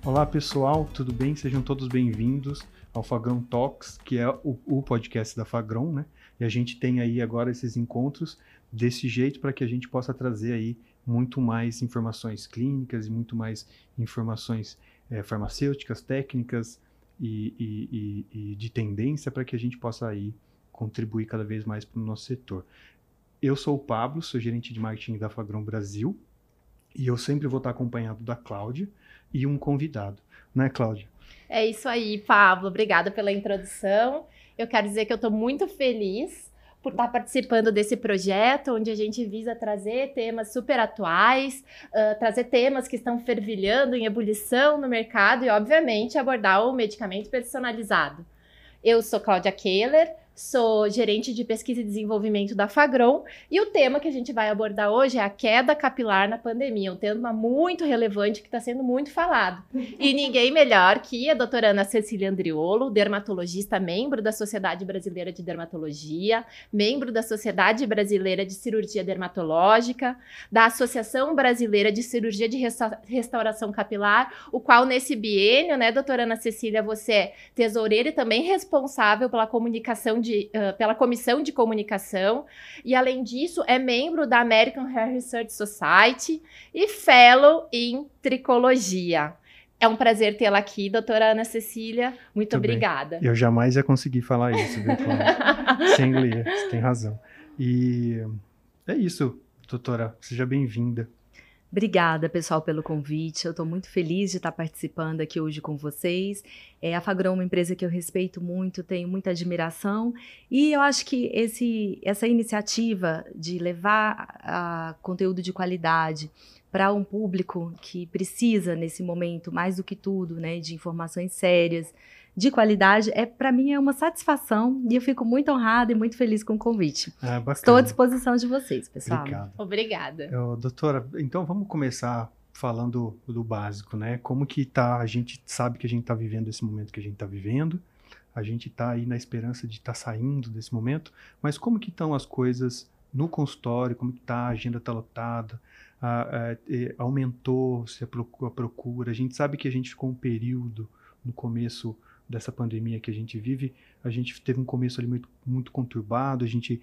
Olá pessoal, tudo bem? Sejam todos bem-vindos ao Fagron Talks, que é o podcast da Fagron, né? E a gente tem aí agora esses encontros desse jeito para que a gente possa trazer aí muito mais informações clínicas e muito mais informações farmacêuticas, técnicas e de tendência para que a gente possa aí contribuir cada vez mais para o nosso setor. Eu sou o Pablo, sou gerente de marketing da Fagron Brasil e eu sempre vou estar acompanhado da Cláudia e um convidado, né, Cláudia? É isso aí, Pablo. Obrigada pela introdução. Eu quero dizer que eu estou muito feliz por estar participando desse projeto, onde a gente visa trazer temas super atuais, trazer temas que estão fervilhando em ebulição no mercado e, obviamente, abordar o medicamento personalizado. Eu sou Cláudia Keller, sou gerente de pesquisa e desenvolvimento da Fagron e o tema que a gente vai abordar hoje é a queda capilar na pandemia, um tema muito relevante que está sendo muito falado. E ninguém melhor que a doutora Ana Cecília Andriolo, dermatologista, membro da Sociedade Brasileira de Dermatologia, membro da Sociedade Brasileira de Cirurgia Dermatológica, da Associação Brasileira de Cirurgia de Restauração Capilar, o qual nesse biênio, né, doutora Ana Cecília, você é tesoureira e também responsável pela comunicação pela Comissão de Comunicação, e além disso é membro da American Hair Research Society e Fellow em Tricologia. É um prazer tê-la aqui, doutora Ana Cecília. Muito obrigada. Eu jamais ia conseguir falar isso, viu, Cláudia? Sem ler, você tem razão. E é isso, doutora, seja bem-vinda. Obrigada, pessoal, pelo convite. Eu estou muito feliz de estar participando aqui hoje com vocês. A Fagron é uma empresa que eu respeito muito, tenho muita admiração e eu acho que essa iniciativa de levar conteúdo de qualidade para um público que precisa, nesse momento, mais do que tudo, né, de informações sérias, de qualidade, para mim é uma satisfação e eu fico muito honrada e muito feliz com o convite. Estou à disposição de vocês, pessoal. Obrigada. Doutora, então vamos começar falando do básico, né? Como que tá, a gente sabe que a gente está vivendo esse momento que a gente está vivendo, a gente está aí na esperança de estar saindo desse momento, mas como que estão as coisas no consultório, como que tá, a agenda está lotada, aumentou-se a procura, a gente sabe que a gente ficou um período no começo dessa pandemia que a gente vive, a gente teve um começo ali muito conturbado, a gente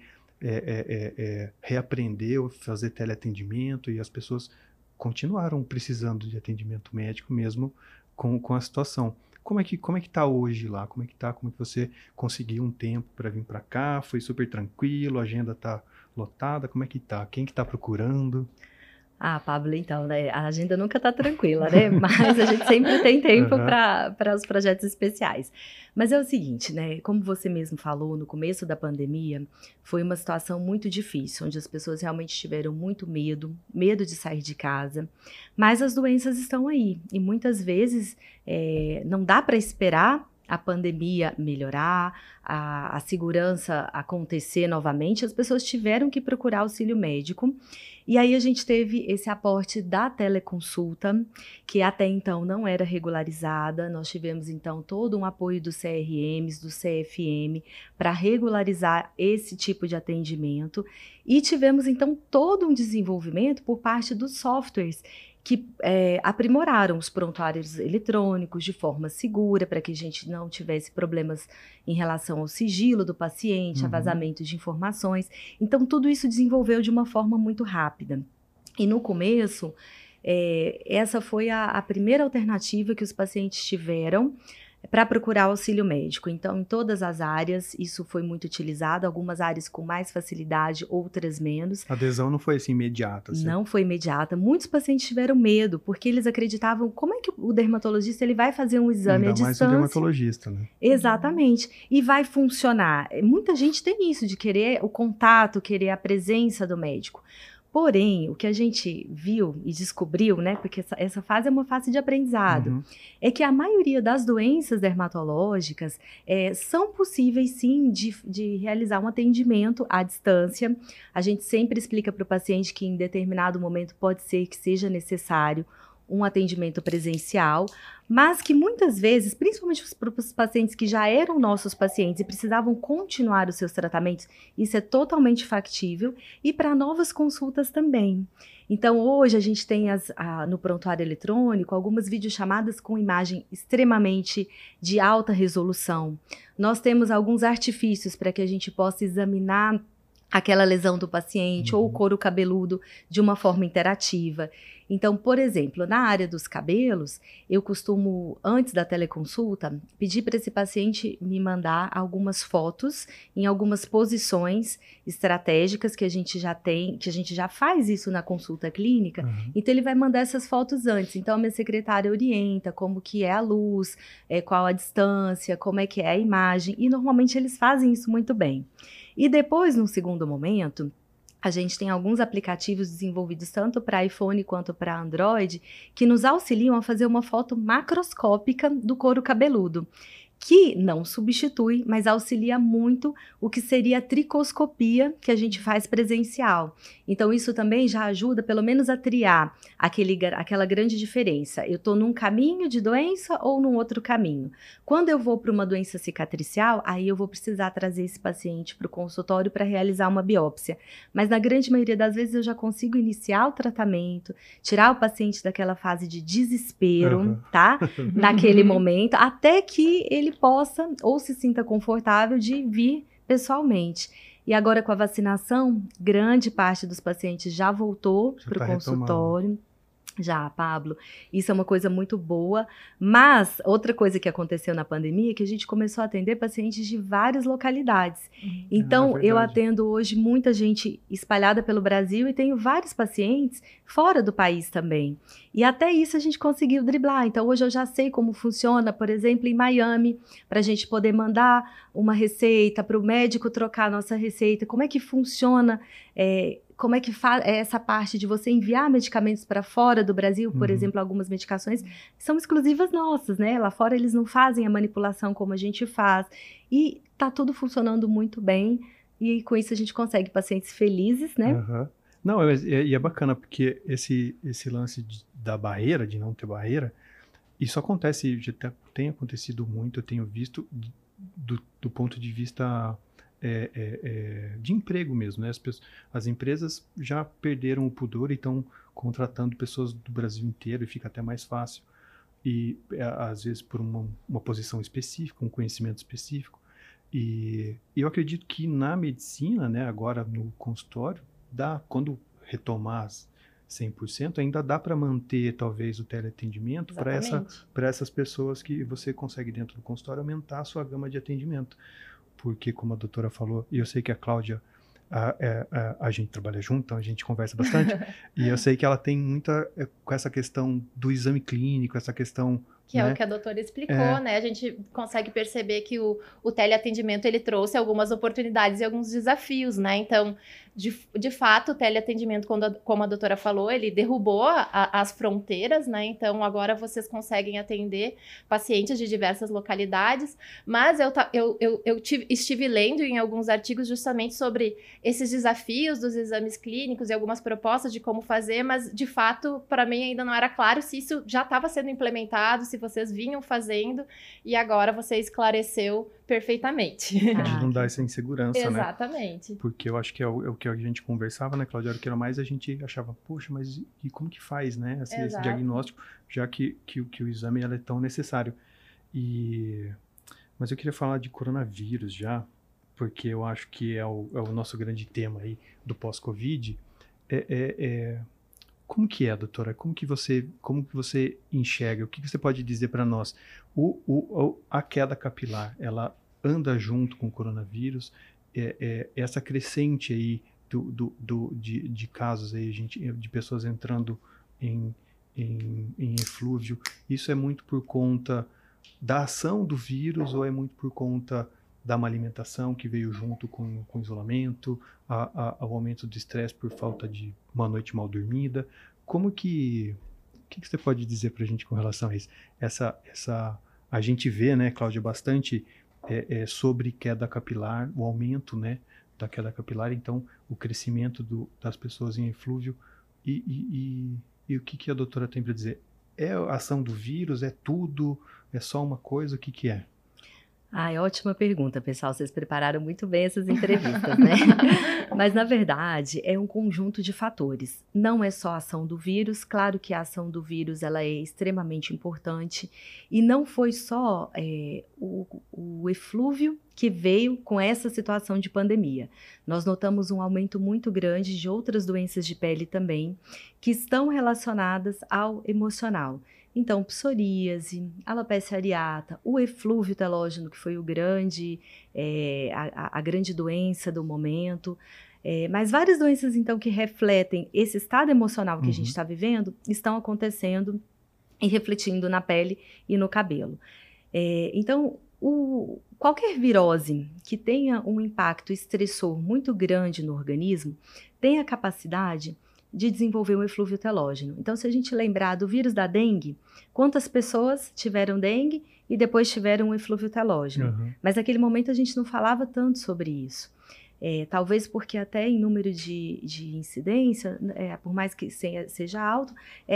reaprendeu a fazer teleatendimento e as pessoas continuaram precisando de atendimento médico mesmo com a situação. Como é que tá hoje lá? Como é que você conseguiu um tempo para vir para cá? Foi super tranquilo? A agenda tá lotada? Como é que tá? Quem que tá procurando? Pablo, então, né, a agenda nunca tá tranquila, né, mas a gente sempre tem tempo para os projetos especiais. Mas é o seguinte, né, como você mesmo falou, no começo da pandemia, foi uma situação muito difícil, onde as pessoas realmente tiveram muito medo de sair de casa, mas as doenças estão aí, e muitas vezes não dá para esperar a pandemia melhorar, a segurança acontecer novamente, as pessoas tiveram que procurar auxílio médico. E aí a gente teve esse aporte da teleconsulta, que até então não era regularizada. Nós tivemos então todo um apoio dos CRMs, do CFM, para regularizar esse tipo de atendimento. E tivemos então todo um desenvolvimento por parte dos softwares, que aprimoraram os prontuários eletrônicos de forma segura, para que a gente não tivesse problemas em relação ao sigilo do paciente, a vazamento de informações. Então, tudo isso desenvolveu de uma forma muito rápida. E no começo, essa foi a primeira alternativa que os pacientes tiveram para procurar auxílio médico. Então, em todas as áreas, isso foi muito utilizado, algumas áreas com mais facilidade, outras menos. A adesão não foi assim imediata? Assim. Não foi imediata. Muitos pacientes tiveram medo, porque eles acreditavam, como é que o dermatologista ele vai fazer um exame à distância? Ainda mais o dermatologista, né? Exatamente. E vai funcionar. Muita gente tem isso, de querer o contato, querer a presença do médico. Porém, o que a gente viu e descobriu, né, porque essa fase é uma fase de aprendizado, é que a maioria das doenças dermatológicas são possíveis, sim, de realizar um atendimento à distância. A gente sempre explica para o paciente que em determinado momento pode ser que seja necessário um atendimento presencial, mas que muitas vezes, principalmente para os pacientes que já eram nossos pacientes e precisavam continuar os seus tratamentos, isso é totalmente factível, e para novas consultas também. Então, hoje a gente tem no prontuário eletrônico algumas videochamadas com imagem extremamente de alta resolução. Nós temos alguns artifícios para que a gente possa examinar aquela lesão do paciente ou o couro cabeludo de uma forma interativa. Então, por exemplo, na área dos cabelos, eu costumo, antes da teleconsulta, pedir para esse paciente me mandar algumas fotos em algumas posições estratégicas que a gente já tem, que a gente já faz isso na consulta clínica. Então, ele vai mandar essas fotos antes. Então, a minha secretária orienta como que é a luz, qual a distância, como é que é a imagem, e normalmente eles fazem isso muito bem. E depois, num segundo momento, a gente tem alguns aplicativos desenvolvidos tanto para iPhone quanto para Android que nos auxiliam a fazer uma foto macroscópica do couro cabeludo, que não substitui, mas auxilia muito o que seria a tricoscopia que a gente faz presencial. Então, isso também já ajuda, pelo menos, a triar aquela grande diferença. Eu estou num caminho de doença ou num outro caminho? Quando eu vou para uma doença cicatricial, aí eu vou precisar trazer esse paciente para o consultório para realizar uma biópsia. Mas, na grande maioria das vezes, eu já consigo iniciar o tratamento, tirar o paciente daquela fase de desespero, tá? Naquele momento, até que ele possa ou se sinta confortável de vir pessoalmente. E agora com a vacinação, grande parte dos pacientes já voltou para o consultório. Já, Pablo, isso é uma coisa muito boa, mas outra coisa que aconteceu na pandemia é que a gente começou a atender pacientes de várias localidades. Então, eu atendo hoje muita gente espalhada pelo Brasil e tenho vários pacientes fora do país também. E até isso a gente conseguiu driblar. Então, hoje eu já sei como funciona, por exemplo, em Miami, para a gente poder mandar uma receita, para o médico trocar a nossa receita, como é que funciona como é que essa parte de você enviar medicamentos para fora do Brasil, por exemplo, algumas medicações são exclusivas nossas, né? Lá fora eles não fazem a manipulação como a gente faz. E tá tudo funcionando muito bem. E com isso a gente consegue pacientes felizes, né? Não, e é bacana, porque esse lance da barreira, de não ter barreira, isso acontece, já tem acontecido muito, eu tenho visto do ponto de vista de emprego mesmo, né? As empresas já perderam o pudor e estão contratando pessoas do Brasil inteiro e fica até mais fácil. E às vezes por uma posição específica, um conhecimento específico. E eu acredito que na medicina, né, agora no consultório, quando retomar 100%, ainda dá para manter talvez o teleatendimento para essas pessoas que você consegue dentro do consultório aumentar a sua gama de atendimento. Porque, como a doutora falou, e eu sei que a Cláudia, a gente trabalha junto, então a gente conversa bastante, e eu sei que ela tem muita, com essa questão do exame clínico, essa questão... Que é o que a doutora explicou, né? A gente consegue perceber que o teleatendimento, ele trouxe algumas oportunidades e alguns desafios, né? Então, de fato, o teleatendimento, como a doutora falou, ele derrubou as fronteiras, né? Então, agora vocês conseguem atender pacientes de diversas localidades, mas eu estive lendo em alguns artigos justamente sobre esses desafios dos exames clínicos e algumas propostas de como fazer, mas, de fato, para mim ainda não era claro se isso já estava sendo implementado, se vocês vinham fazendo, e agora você esclareceu perfeitamente. De não dar essa insegurança, né? Exatamente. Porque eu acho que é o que a gente conversava, né, Cláudia? Era o que era mais a gente achava, poxa, mas e como que faz, né? Esse diagnóstico, já que o exame é tão necessário. Mas eu queria falar de coronavírus já, porque eu acho que é o nosso grande tema aí do pós-Covid. Como que é, doutora? Como que você enxerga? O que você pode dizer para nós? A queda capilar, ela anda junto com o coronavírus? Essa crescente aí de casos aí, de pessoas entrando em eflúvio, isso é muito por conta da ação do vírus ou é muito por conta da má alimentação que veio junto com o isolamento, ao aumento do estresse por falta de uma noite mal dormida? O que você pode dizer para a gente com relação a isso? A gente vê, né, Cláudia, bastante sobre queda capilar, o aumento, né, da queda capilar, então o crescimento das pessoas em eflúvio, e o que a doutora tem para dizer? é a ação do vírus? É tudo? É só uma coisa? O que que é? Ótima pergunta, pessoal. Vocês prepararam muito bem essas entrevistas, né? Mas, na verdade, é um conjunto de fatores. Não é só a ação do vírus. Claro que a ação do vírus ela é extremamente importante. E não foi só o eflúvio que veio com essa situação de pandemia. Nós notamos um aumento muito grande de outras doenças de pele também, que estão relacionadas ao emocional. Então, psoríase, alopecia areata, o eflúvio telógeno, que foi a grande doença do momento, mas várias doenças, então, que refletem esse estado emocional que a gente está vivendo, estão acontecendo e refletindo na pele e no cabelo. Então, qualquer virose que tenha um impacto estressor muito grande no organismo, tem a capacidade de desenvolver um eflúvio telógeno. Então, se a gente lembrar do vírus da dengue, quantas pessoas tiveram dengue e depois tiveram um eflúvio telógeno? Mas naquele momento a gente não falava tanto sobre isso. Talvez porque até em número de incidência, por mais que seja alto,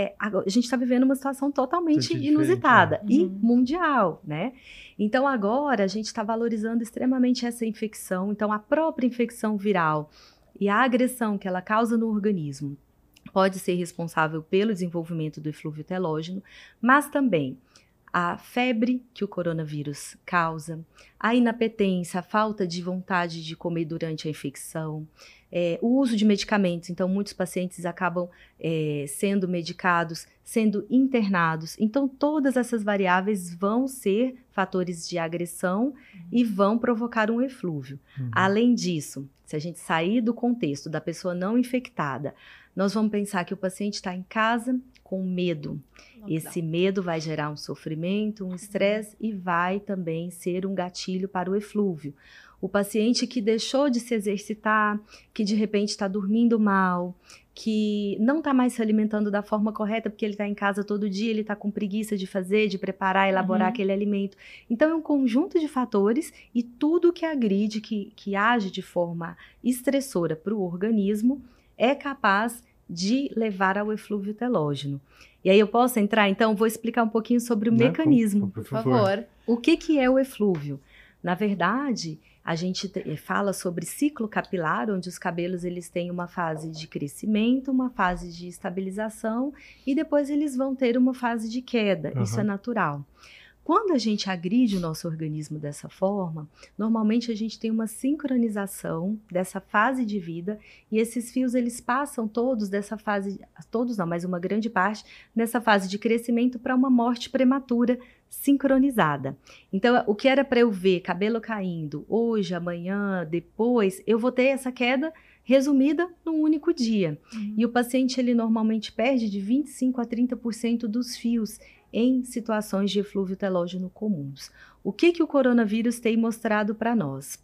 a gente está vivendo uma situação totalmente inusitada e mundial, né? Então agora a gente está valorizando extremamente essa infecção. Então a própria infecção viral e a agressão que ela causa no organismo pode ser responsável pelo desenvolvimento do eflúvio telógeno, mas também a febre que o coronavírus causa, a inapetência, a falta de vontade de comer durante a infecção, o uso de medicamentos. Então, muitos pacientes acabam sendo medicados, sendo internados. Então, todas essas variáveis vão ser fatores de agressão e vão provocar um eflúvio. Além disso, se a gente sair do contexto da pessoa não infectada, nós vamos pensar que o paciente está em casa com medo. Esse medo vai gerar um sofrimento, um estresse e vai também ser um gatilho para o eflúvio. O paciente que deixou de se exercitar, que de repente está dormindo mal, que não está mais se alimentando da forma correta porque ele está em casa todo dia, ele está com preguiça de fazer, de preparar, elaborar aquele alimento. Então é um conjunto de fatores e tudo que agride, que age de forma estressora para o organismo é capaz de levar ao eflúvio telógeno. E aí eu posso entrar, então, vou explicar um pouquinho sobre o mecanismo. Por favor. O que é o eflúvio? Na verdade, a gente fala sobre ciclo capilar, onde os cabelos eles têm uma fase de crescimento, uma fase de estabilização e depois eles vão ter uma fase de queda. Isso é natural. Quando a gente agride o nosso organismo dessa forma, normalmente a gente tem uma sincronização dessa fase de vida e esses fios eles passam todos dessa fase, todos não, mas uma grande parte, dessa fase de crescimento para uma morte prematura sincronizada. Então, o que era para eu ver cabelo caindo hoje, amanhã, depois, eu vou ter essa queda resumida num único dia. E o paciente ele normalmente perde de 25% a 30% dos fios em situações de eflúvio telógeno comuns. O que o coronavírus tem mostrado para nós?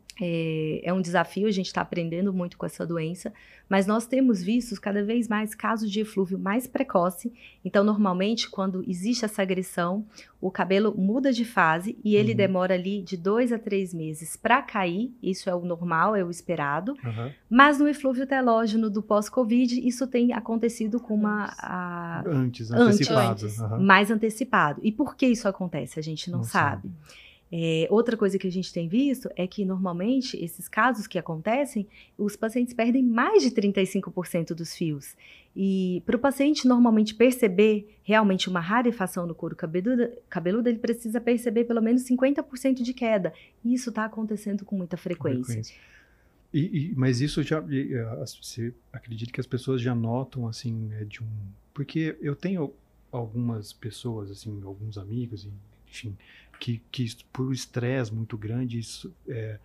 É um desafio, a gente está aprendendo muito com essa doença, mas nós temos visto cada vez mais casos de eflúvio mais precoce. Então, normalmente, quando existe essa agressão, o cabelo muda de fase e ele demora ali de 2 a 3 meses para cair. Isso é o normal, é o esperado. Mas no eflúvio telógeno do pós-Covid, isso tem acontecido com antecipado. Mais antecipado. E por que isso acontece? A gente não sabe. Outra coisa que a gente tem visto é que, normalmente, esses casos que acontecem, os pacientes perdem mais de 35% dos fios. E para o paciente normalmente perceber realmente uma rarefação no couro cabeludo, ele precisa perceber pelo menos 50% de queda. E isso está acontecendo com muita frequência. Mas isso já... Você acredita que as pessoas já notam, assim, porque eu tenho algumas pessoas, assim, alguns amigos, enfim... Que por estresse muito grande, isso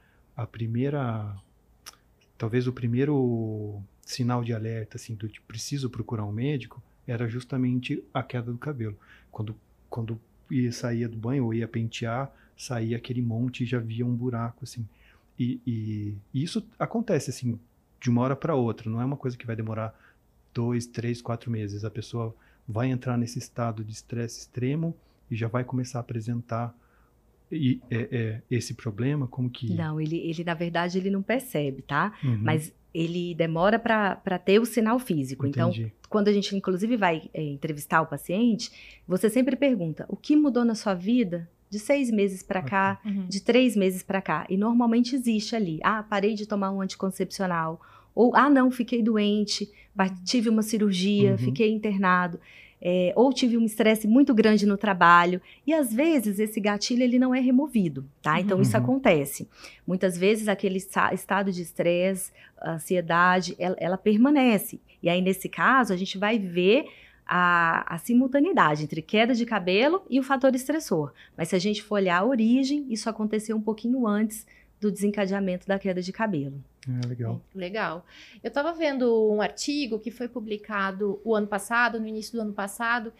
talvez o primeiro sinal de alerta, assim, do tipo, preciso procurar um médico, era justamente a queda do cabelo. Quando saía do banho ou ia pentear, saía aquele monte e já via um buraco, assim. E isso acontece, assim, de uma hora para outra, não é uma coisa que vai demorar 2, 3, 4 meses. A pessoa vai entrar nesse estado de estresse extremo e já vai começar a apresentar esse problema? Como que... Não, ele na verdade, ele não percebe, tá? Mas ele demora para ter o sinal físico. Entendi. Então, quando a gente, inclusive, vai entrevistar o paciente, você sempre pergunta, o que mudou na sua vida de 6 meses para cá, de 3 meses para cá? E normalmente existe ali, parei de tomar um anticoncepcional, ou, não, fiquei doente, tive uma cirurgia, fiquei internado. Ou tive um estresse muito grande no trabalho, e às vezes esse gatilho ele não é removido, tá? Então isso acontece. Muitas vezes aquele estado de estresse, ansiedade, ela permanece. E aí nesse caso a gente vai ver a simultaneidade entre queda de cabelo e o fator estressor. Mas se a gente for olhar a origem, isso aconteceu um pouquinho antes do desencadeamento da queda de cabelo. Legal. Legal. Eu estava vendo um artigo que foi publicado o ano passado, no início do ano passado,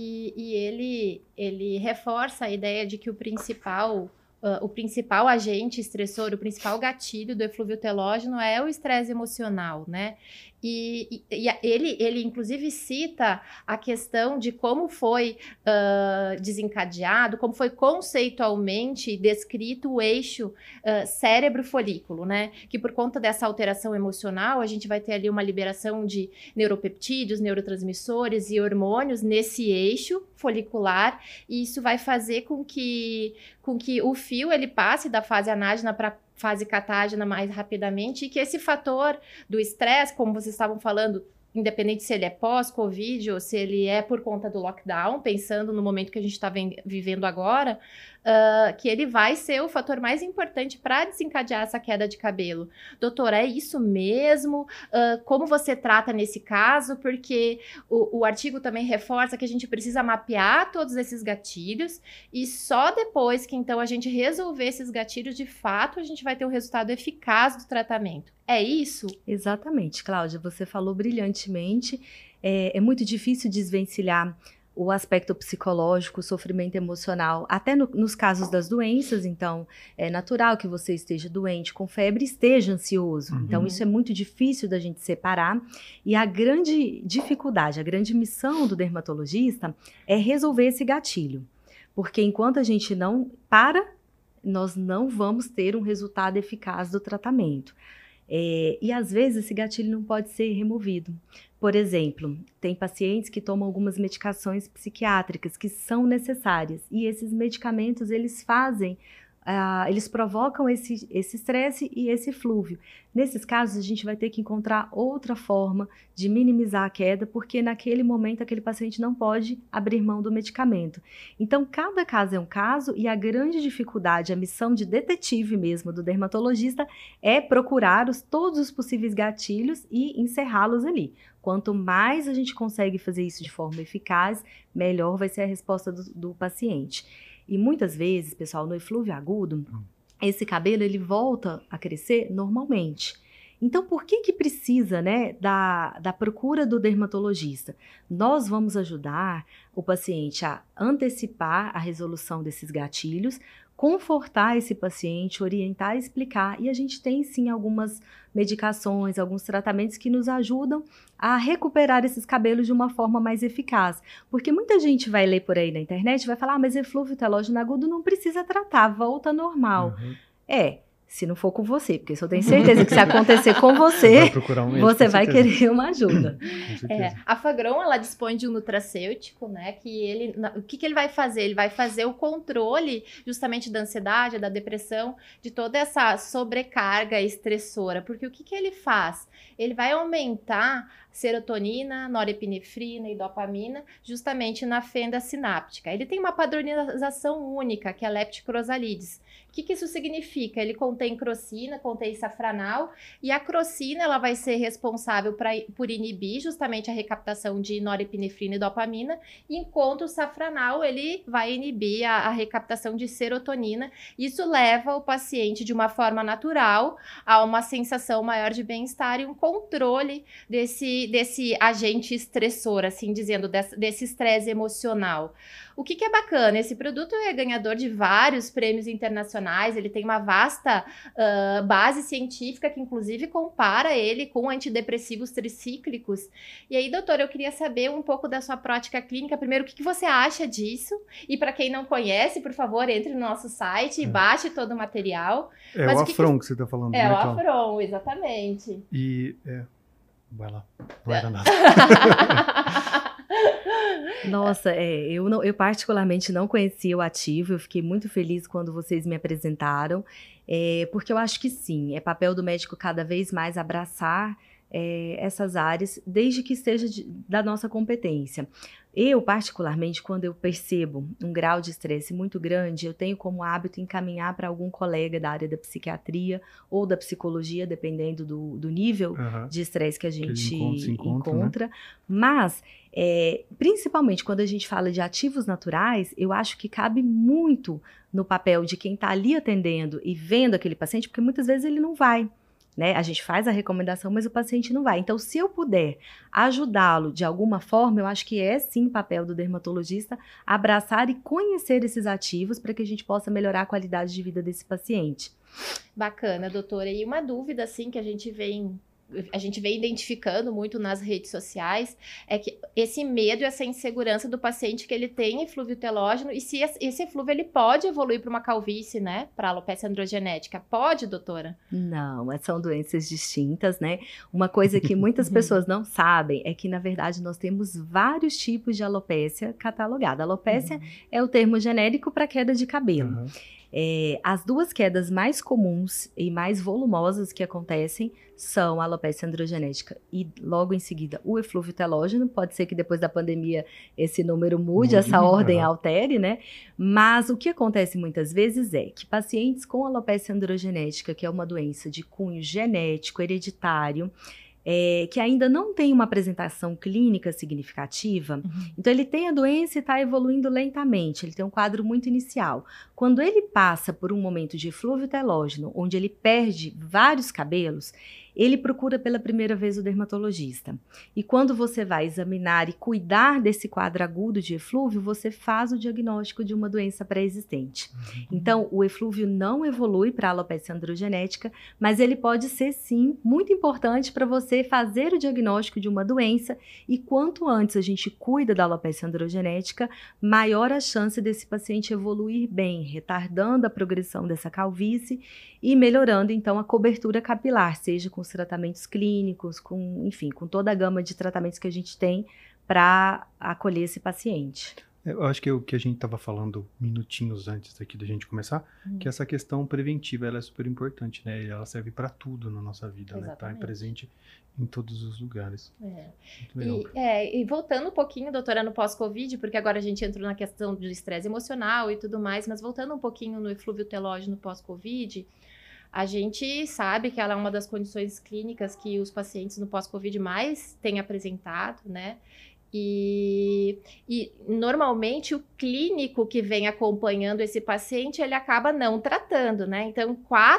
e ele reforça a ideia de que o principal agente estressor, o principal gatilho do eflúvio telógeno é o estresse emocional, né? E ele inclusive cita a questão de como foi desencadeado, como foi conceitualmente descrito o eixo cérebro-folículo, né? Que por conta dessa alteração emocional, a gente vai ter ali uma liberação de neuropeptídeos, neurotransmissores e hormônios nesse eixo folicular, e isso vai fazer com que o fio ele passe da fase anágena para fase catágena mais rapidamente, e que esse fator do estresse, como vocês estavam falando, independente se ele é pós-Covid ou se ele é por conta do lockdown, pensando no momento que a gente está vivendo agora, que ele vai ser o fator mais importante para desencadear essa queda de cabelo. Doutora, é isso mesmo? Como você trata nesse caso? Porque o artigo também reforça que a gente precisa mapear todos esses gatilhos, e só depois que então a gente resolver esses gatilhos, de fato, a gente vai ter um resultado eficaz do tratamento. É isso? Exatamente, Cláudia, você falou brilhantemente. É muito difícil desvencilhar o aspecto psicológico, o sofrimento emocional, até nos casos das doenças. Então, é natural que você esteja doente, com febre, esteja ansioso. Então, isso é muito difícil da gente separar. E a grande dificuldade, a grande missão do dermatologista é resolver esse gatilho. Porque enquanto a gente não para, nós não vamos ter um resultado eficaz do tratamento. E às vezes esse gatilho não pode ser removido. Por exemplo, tem pacientes que tomam algumas medicações psiquiátricas que são necessárias, e esses medicamentos eles provocam esse estresse e esse eflúvio. Nesses casos, a gente vai ter que encontrar outra forma de minimizar a queda, porque naquele momento aquele paciente não pode abrir mão do medicamento. Então, cada caso é um caso, e a grande dificuldade, a missão de detetive mesmo do dermatologista é procurar todos os possíveis gatilhos e encerrá-los ali. Quanto mais a gente consegue fazer isso de forma eficaz, melhor vai ser a resposta do paciente. E muitas vezes, pessoal, no eflúvio agudo, esse cabelo ele volta a crescer normalmente. Então, por que precisa, né, da procura do dermatologista? Nós vamos ajudar o paciente a antecipar a resolução desses gatilhos, confortar esse paciente, orientar e explicar. E a gente tem, sim, algumas medicações, alguns tratamentos que nos ajudam a recuperar esses cabelos de uma forma mais eficaz. Porque muita gente vai ler por aí na internet e vai falar, mas eflúvio telógeno agudo não precisa tratar, volta normal. Se não for com você, porque eu tenho certeza que se acontecer com você, você vai querer uma ajuda. A Fagron, ela dispõe de um nutracêutico, né, que o que ele vai fazer? Ele vai fazer o controle justamente da ansiedade, da depressão, de toda essa sobrecarga estressora, porque o que ele faz? Ele vai aumentar serotonina, norepinefrina e dopamina justamente na fenda sináptica. Ele tem uma padronização única, que é a lepticrosalides. O que isso significa? Ele contém crocina, contém safranal, e a crocina ela vai ser responsável por inibir justamente a recaptação de norepinefrina e dopamina, enquanto o safranal ele vai inibir a recaptação de serotonina. Isso leva o paciente de uma forma natural a uma sensação maior de bem-estar e um controle desse desse agente estressor, assim dizendo, desse estresse emocional. O que é bacana? Esse produto é ganhador de vários prêmios internacionais, ele tem uma vasta base científica que inclusive compara ele com antidepressivos tricíclicos. E aí, doutora, eu queria saber um pouco da sua prática clínica. Primeiro, o que você acha disso? E para quem não conhece, por favor, entre no nosso site e baixe todo o material. É o Afron que você está falando, né? É o Cláudia? Afron, exatamente. E, vai lá, não vai dar nada. Nossa, eu particularmente não conhecia o ativo, eu fiquei muito feliz quando vocês me apresentaram, porque eu acho que sim, é papel do médico cada vez mais abraçar essas áreas, desde que seja da nossa competência. Eu, particularmente, quando eu percebo um grau de estresse muito grande, eu tenho como hábito encaminhar para algum colega da área da psiquiatria ou da psicologia, dependendo do nível de estresse que a gente encontra. Né? Mas, principalmente quando a gente fala de ativos naturais, eu acho que cabe muito no papel de quem está ali atendendo e vendo aquele paciente, porque muitas vezes ele não vai. Né? A gente faz a recomendação, mas o paciente não vai. Então, se eu puder ajudá-lo de alguma forma, eu acho que é sim papel do dermatologista abraçar e conhecer esses ativos para que a gente possa melhorar a qualidade de vida desse paciente. Bacana, doutora. E uma dúvida, assim, que a gente vem identificando muito nas redes sociais, é que esse medo e essa insegurança do paciente que ele tem eflúvio telógeno, e se esse eflúvio ele pode evoluir para uma calvície, né, para alopecia androgenética. Pode, doutora? Não, são doenças distintas, né? Uma coisa que muitas pessoas não sabem é que, na verdade, nós temos vários tipos de alopecia catalogada. Alopecia é o termo genérico para queda de cabelo. As duas quedas mais comuns e mais volumosas que acontecem são a alopecia androgenética e logo em seguida o eflúvio telógeno. Pode ser que depois da pandemia esse número mude, essa ordem altere, né? Mas o que acontece muitas vezes é que pacientes com alopecia androgenética, que é uma doença de cunho genético, hereditário, que ainda não tem uma apresentação clínica significativa, então ele tem a doença e está evoluindo lentamente, ele tem um quadro muito inicial. Quando ele passa por um momento de eflúvio telógeno, onde ele perde vários cabelos, ele procura pela primeira vez o dermatologista. E quando você vai examinar e cuidar desse quadro agudo de eflúvio, você faz o diagnóstico de uma doença pré-existente. Então, o eflúvio não evolui para a alopecia androgenética, mas ele pode ser, sim, muito importante para você fazer o diagnóstico de uma doença, e quanto antes a gente cuida da alopecia androgenética, maior a chance desse paciente evoluir bem, retardando a progressão dessa calvície e melhorando, então, a cobertura capilar, seja com os tratamentos clínicos, com toda a gama de tratamentos que a gente tem para acolher esse paciente. Eu acho que o que a gente estava falando minutinhos antes aqui da gente começar, que essa questão preventiva ela é super importante, né? E ela serve para tudo na nossa vida, né? Tá presente em todos os lugares. E voltando um pouquinho, doutora, no pós-Covid, porque agora a gente entrou na questão do estresse emocional e tudo mais, mas voltando um pouquinho no eflúvio telógeno pós-Covid, a gente sabe que ela é uma das condições clínicas que os pacientes no pós-Covid mais têm apresentado, né? E normalmente o clínico que vem acompanhando esse paciente, ele acaba não tratando, né? Então,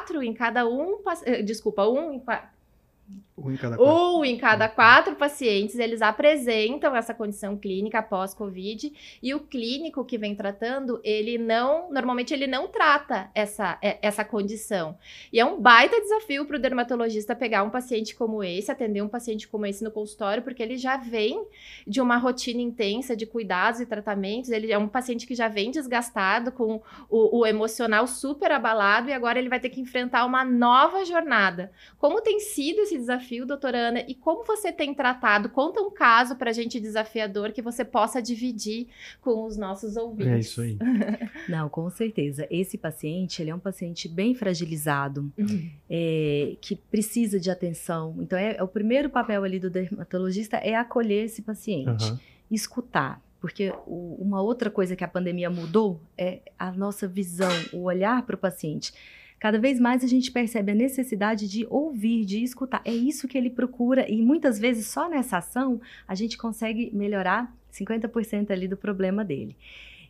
Um em cada quatro pacientes, eles apresentam essa condição clínica pós-Covid, e o clínico que vem tratando, normalmente ele não trata essa condição. E é um baita desafio para o dermatologista pegar um paciente como esse, atender um paciente como esse no consultório, porque ele já vem de uma rotina intensa de cuidados e tratamentos, ele é um paciente que já vem desgastado, com o emocional super abalado, e agora ele vai ter que enfrentar uma nova jornada. Como tem sido esse desafio, doutora Ana, e como você tem tratado? Conta um caso pra gente desafiador que você possa dividir com os nossos ouvintes. É isso aí. Não, com certeza. Esse paciente, ele é um paciente bem fragilizado, que precisa de atenção. Então, o primeiro papel ali do dermatologista é acolher esse paciente, escutar. Porque uma outra coisa que a pandemia mudou é a nossa visão, o olhar para o paciente. Cada vez mais a gente percebe a necessidade de ouvir, de escutar. É isso que ele procura, e muitas vezes só nessa ação a gente consegue melhorar 50% ali do problema dele.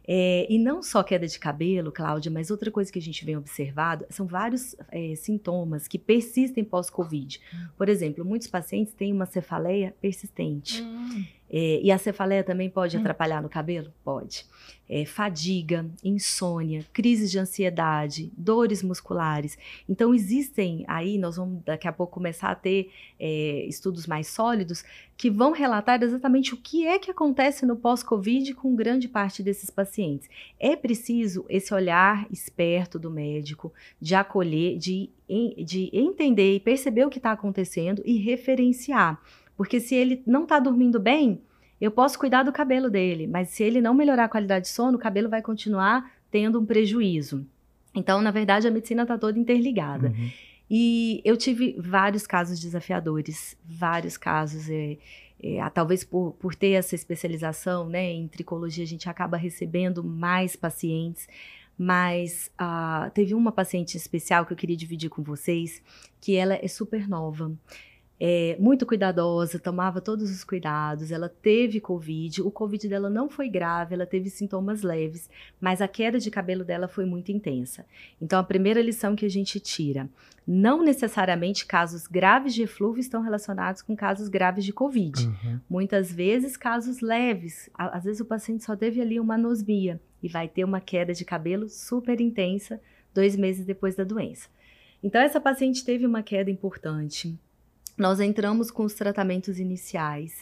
E não só queda de cabelo, Cláudia, mas outra coisa que a gente vem observado são vários sintomas que persistem pós-Covid. Por exemplo, muitos pacientes têm uma cefaleia persistente. E a cefaleia também pode atrapalhar no cabelo? Pode. Fadiga, insônia, crises de ansiedade, dores musculares. Então, existem aí, nós vamos daqui a pouco começar a ter estudos mais sólidos que vão relatar exatamente o que é que acontece no pós-Covid com grande parte desses pacientes. É preciso esse olhar esperto do médico, de acolher, de entender e perceber o que está acontecendo e referenciar. Porque se ele não está dormindo bem, eu posso cuidar do cabelo dele, mas se ele não melhorar a qualidade de sono, o cabelo vai continuar tendo um prejuízo. Então, na verdade, a medicina está toda interligada. E eu tive vários casos desafiadores, vários casos, talvez por ter essa especialização, né, em tricologia, a gente acaba recebendo mais pacientes, mas teve uma paciente especial que eu queria dividir com vocês, que ela é super nova. Muito cuidadosa, tomava todos os cuidados, ela teve Covid, o Covid dela não foi grave, ela teve sintomas leves, mas a queda de cabelo dela foi muito intensa. Então, a primeira lição que a gente tira, não necessariamente casos graves de eflúvio estão relacionados com casos graves de Covid. Muitas vezes, casos leves, às vezes o paciente só teve ali uma anosmia e vai ter uma queda de cabelo super intensa 2 meses depois da doença. Então, essa paciente teve uma queda importante. Nós entramos com os tratamentos iniciais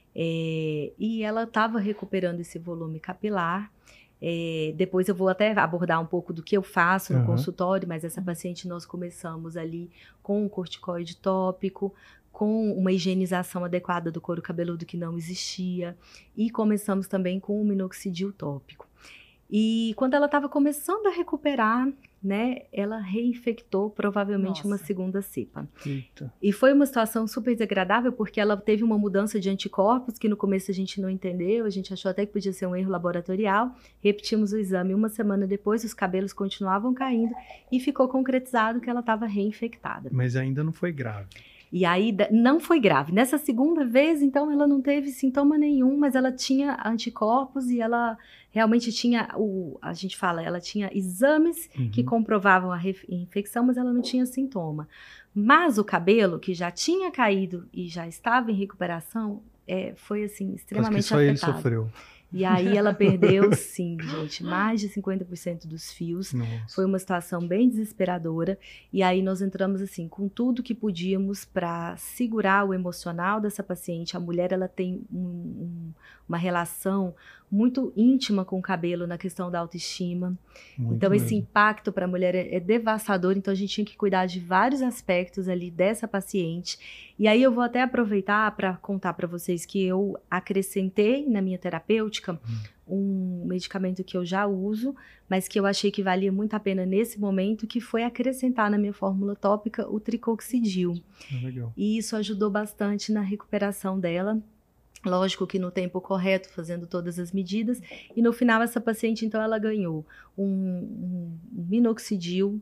e ela estava recuperando esse volume capilar. Depois eu vou até abordar um pouco do que eu faço no consultório, mas essa paciente nós começamos ali com um corticoide tópico, com uma higienização adequada do couro cabeludo que não existia e começamos também com o minoxidil tópico. E quando ela estava começando a recuperar, né, ela reinfectou provavelmente uma segunda cepa. Eita. E foi uma situação super desagradável porque ela teve uma mudança de anticorpos que no começo a gente não entendeu, a gente achou até que podia ser um erro laboratorial, repetimos o exame 1 semana depois, os cabelos continuavam caindo e ficou concretizado que ela estava reinfectada. Mas ainda não foi grave. E aí não foi grave. Nessa segunda vez, então, ela não teve sintoma nenhum, mas ela tinha anticorpos e ela realmente tinha, a gente fala, ela tinha exames que comprovavam a infecção, mas ela não tinha sintoma. Mas o cabelo, que já tinha caído e já estava em recuperação, foi assim, extremamente só afetado. ele sofreu. E aí ela perdeu, sim, gente, mais de 50% dos fios. Nossa. Foi uma situação bem desesperadora. E aí nós entramos, assim, com tudo que podíamos para segurar o emocional dessa paciente. A mulher, ela tem uma relação muito íntima com o cabelo na questão da autoestima. Muito então, mesmo. esse impacto para a mulher é devastador. Então, a gente tinha que cuidar de vários aspectos ali dessa paciente. E aí, eu vou até aproveitar para contar para vocês que eu acrescentei na minha terapêutica um medicamento que eu já uso, mas que eu achei que valia muito a pena nesse momento, que foi acrescentar na minha fórmula tópica o tricoxidil. Legal. E isso ajudou bastante na recuperação dela. Lógico que no tempo correto, fazendo todas as medidas. E no final, essa paciente, então, ela ganhou um minoxidil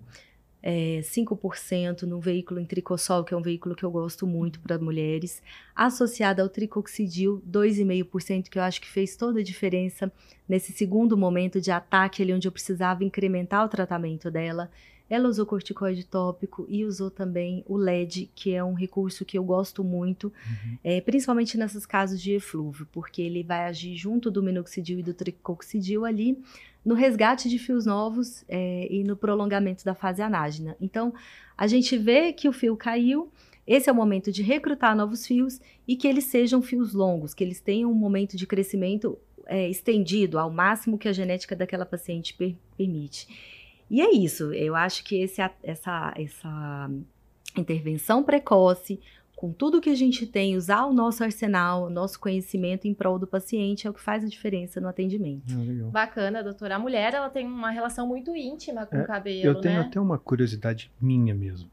5% num veículo em tricossol, que é um veículo que eu gosto muito para mulheres, associado ao tricoxidil 2,5%, que eu acho que fez toda a diferença nesse segundo momento de ataque, ali onde eu precisava incrementar o tratamento dela. Ela usou corticoide tópico e usou também o LED, que é um recurso que eu gosto muito, principalmente nesses casos de eflúvio, porque ele vai agir junto do minoxidil e do tricoxidil ali no resgate de fios novos e no prolongamento da fase anágena. Então, a gente vê que o fio caiu, esse é o momento de recrutar novos fios e que eles sejam fios longos, que eles tenham um momento de crescimento estendido ao máximo que a genética daquela paciente permite. E é isso, eu acho que essa intervenção precoce, com tudo que a gente tem, usar o nosso arsenal, o nosso conhecimento em prol do paciente é o que faz a diferença no atendimento. Legal. Bacana, doutora. A mulher, ela tem uma relação muito íntima com o cabelo, Eu tenho né? até uma curiosidade minha mesmo.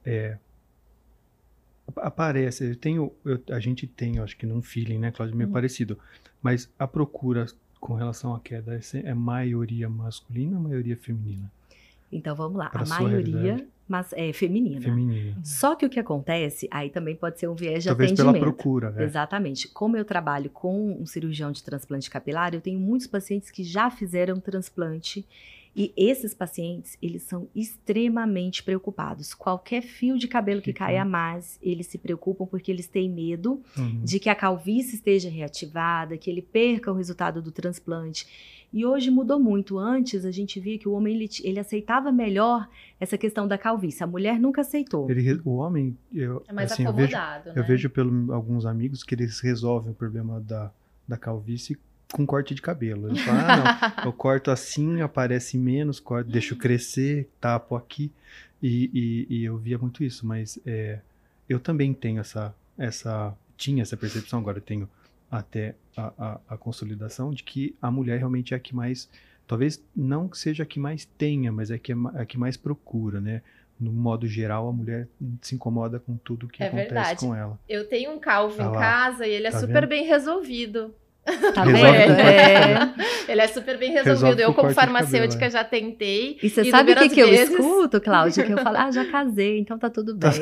Aparece, a gente tem, eu acho que num feeling, né, Cláudia, meio parecido, mas a procura com relação à queda é maioria masculina ou maioria feminina? Então, vamos lá. Para A maioria feminina. Feminina. Só que o que acontece, aí também pode ser um viés de Talvez atendimento. pela procura, né? Exatamente. Como eu trabalho com um cirurgião de transplante capilar, eu tenho muitos pacientes que já fizeram transplante. E esses pacientes, eles são extremamente preocupados. Qualquer fio de cabelo que caia a mais, eles se preocupam porque eles têm medo de que a calvície esteja reativada, que ele perca o resultado do transplante. E hoje mudou muito. Antes, a gente via que o homem ele aceitava melhor essa questão da calvície. A mulher nunca aceitou. O homem, é mais assim, acomodado, eu vejo pelos alguns amigos que eles resolvem o problema da calvície com corte de cabelo. Eles falam, não, eu corto assim, aparece menos, deixo crescer, tapo aqui. E eu via muito isso, mas eu também tenho tinha essa percepção, agora eu tenho até a consolidação de que a mulher realmente é a que mais, talvez não seja a que mais tenha, mas é a que mais procura, né? No modo geral, a mulher se incomoda com tudo que acontece verdade. com ela. Eu tenho um calvo em casa e ele é super bem resolvido. Tá vendo? Ele é super bem resolvido. Eu, como farmacêutica, já tentei. E você sabe o que eu escuto, Cláudia? Que eu falo, já casei, então tá tudo bem.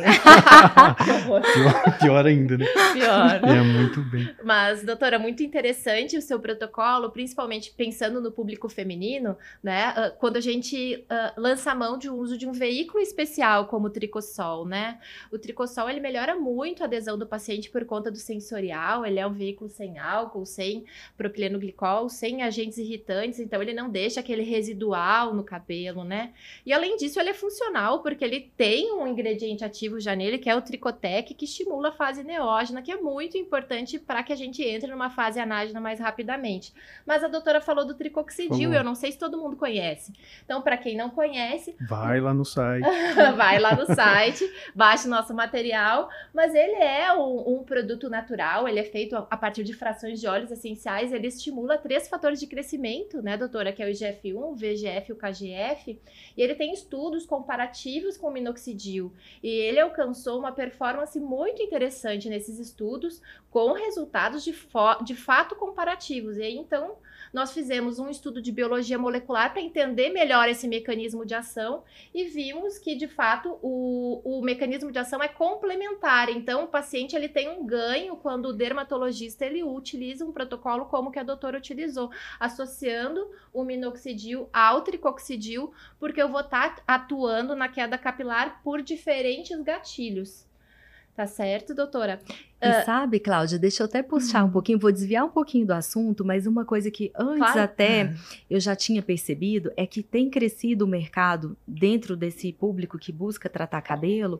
Pior ainda, né? Pior. É muito bem. Mas, doutora, muito interessante o seu protocolo, principalmente pensando no público feminino, né? Quando a gente lança a mão de uso de um veículo especial como o Tricossol, né? O Tricossol, ele melhora muito a adesão do paciente por conta do sensorial. Ele é um veículo sem álcool, sem propileno glicol, sem agentes irritantes, então ele não deixa aquele residual no cabelo, né? E além disso, ele é funcional, porque ele tem um ingrediente ativo já nele, que é o Tricotec, que estimula a fase neógena, que é muito importante para que a gente entre numa fase anágena mais rapidamente. Mas a doutora falou do Tricoxidil, eu não sei se todo mundo conhece. Então, para quem não conhece... Vai lá no site. Vai lá no site, baixe nosso material, mas ele é um produto natural, ele é feito a partir de frações de óleos essenciais, ele estimula 3 fatores de crescimento, né, doutora, que é o IGF-1, o VEGF e o KGF, e ele tem estudos comparativos com o minoxidil, e ele alcançou uma performance muito interessante nesses estudos, com resultados de fato comparativos, e aí, então, nós fizemos um estudo de biologia molecular para entender melhor esse mecanismo de ação e vimos que, de fato, o mecanismo de ação é complementar. Então, o paciente ele tem um ganho quando o dermatologista ele utiliza um protocolo como que a doutora utilizou, associando o minoxidil ao tricoxidil, porque eu vou estar atuando na queda capilar por diferentes gatilhos. Tá certo, doutora? E sabe, Cláudia, deixa eu até puxar um pouquinho, vou desviar um pouquinho do assunto, mas uma coisa que antes até eu já tinha percebido é que tem crescido o mercado dentro desse público que busca tratar cabelo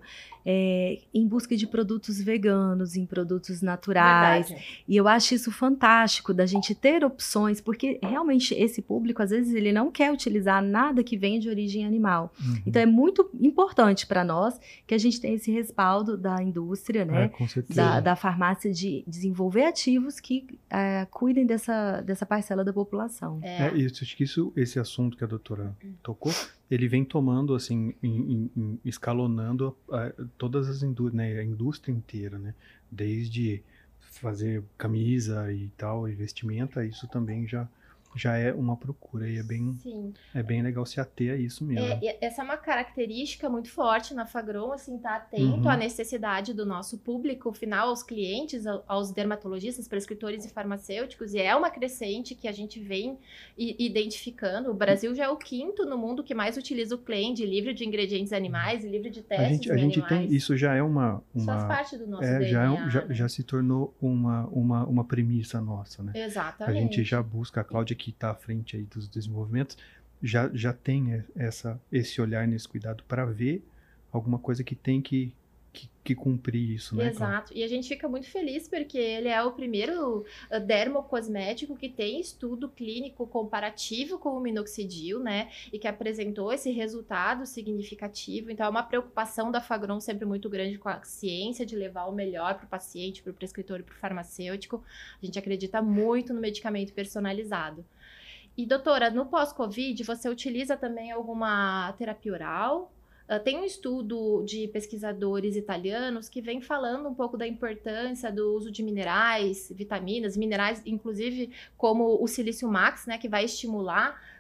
em busca de produtos veganos, em produtos naturais. Verdade. E eu acho isso fantástico da gente ter opções, porque realmente esse público, às vezes, ele não quer utilizar nada que venha de origem animal. Então é muito importante para nós que a gente tenha esse respaldo da indústria, né? Com certeza. Da farmácia de desenvolver ativos que cuidem dessa parcela da população. Isso, acho que esse assunto que a doutora tocou, ele vem tomando, assim, escalonando todas as indústrias, né, a indústria inteira, né, desde fazer camisa e tal, e vestimenta, isso também já é uma procura e é bem legal se ater a isso mesmo. Essa é uma característica muito forte na Fagron, assim, tá atento à necessidade do nosso público final, aos clientes, aos dermatologistas, prescritores e farmacêuticos, e é uma crescente que a gente vem identificando. O Brasil já é o 5º no mundo que mais utiliza o claim de livre de ingredientes animais e livre de testes a gente animais. tem, isso já é Isso faz parte do nosso DNA, já se tornou uma premissa nossa, né? Exatamente. A gente já busca, a Cláudia que está à frente aí dos desenvolvimentos, já tem esse olhar nesse cuidado para ver alguma coisa que tem que cumprir isso, né? Exato, e a gente fica muito feliz porque ele é o primeiro dermocosmético que tem estudo clínico comparativo com o minoxidil, né, e que apresentou esse resultado significativo. Então é uma preocupação da Fagron sempre muito grande com a ciência de levar o melhor para o paciente, para o prescritor e para o farmacêutico. A gente acredita muito no medicamento personalizado. E doutora, no pós-Covid você utiliza também alguma terapia oral? Tem um estudo de pesquisadores italianos que vem falando um pouco da importância do uso de minerais, vitaminas, minerais, inclusive como o silício max, né, que vai estimular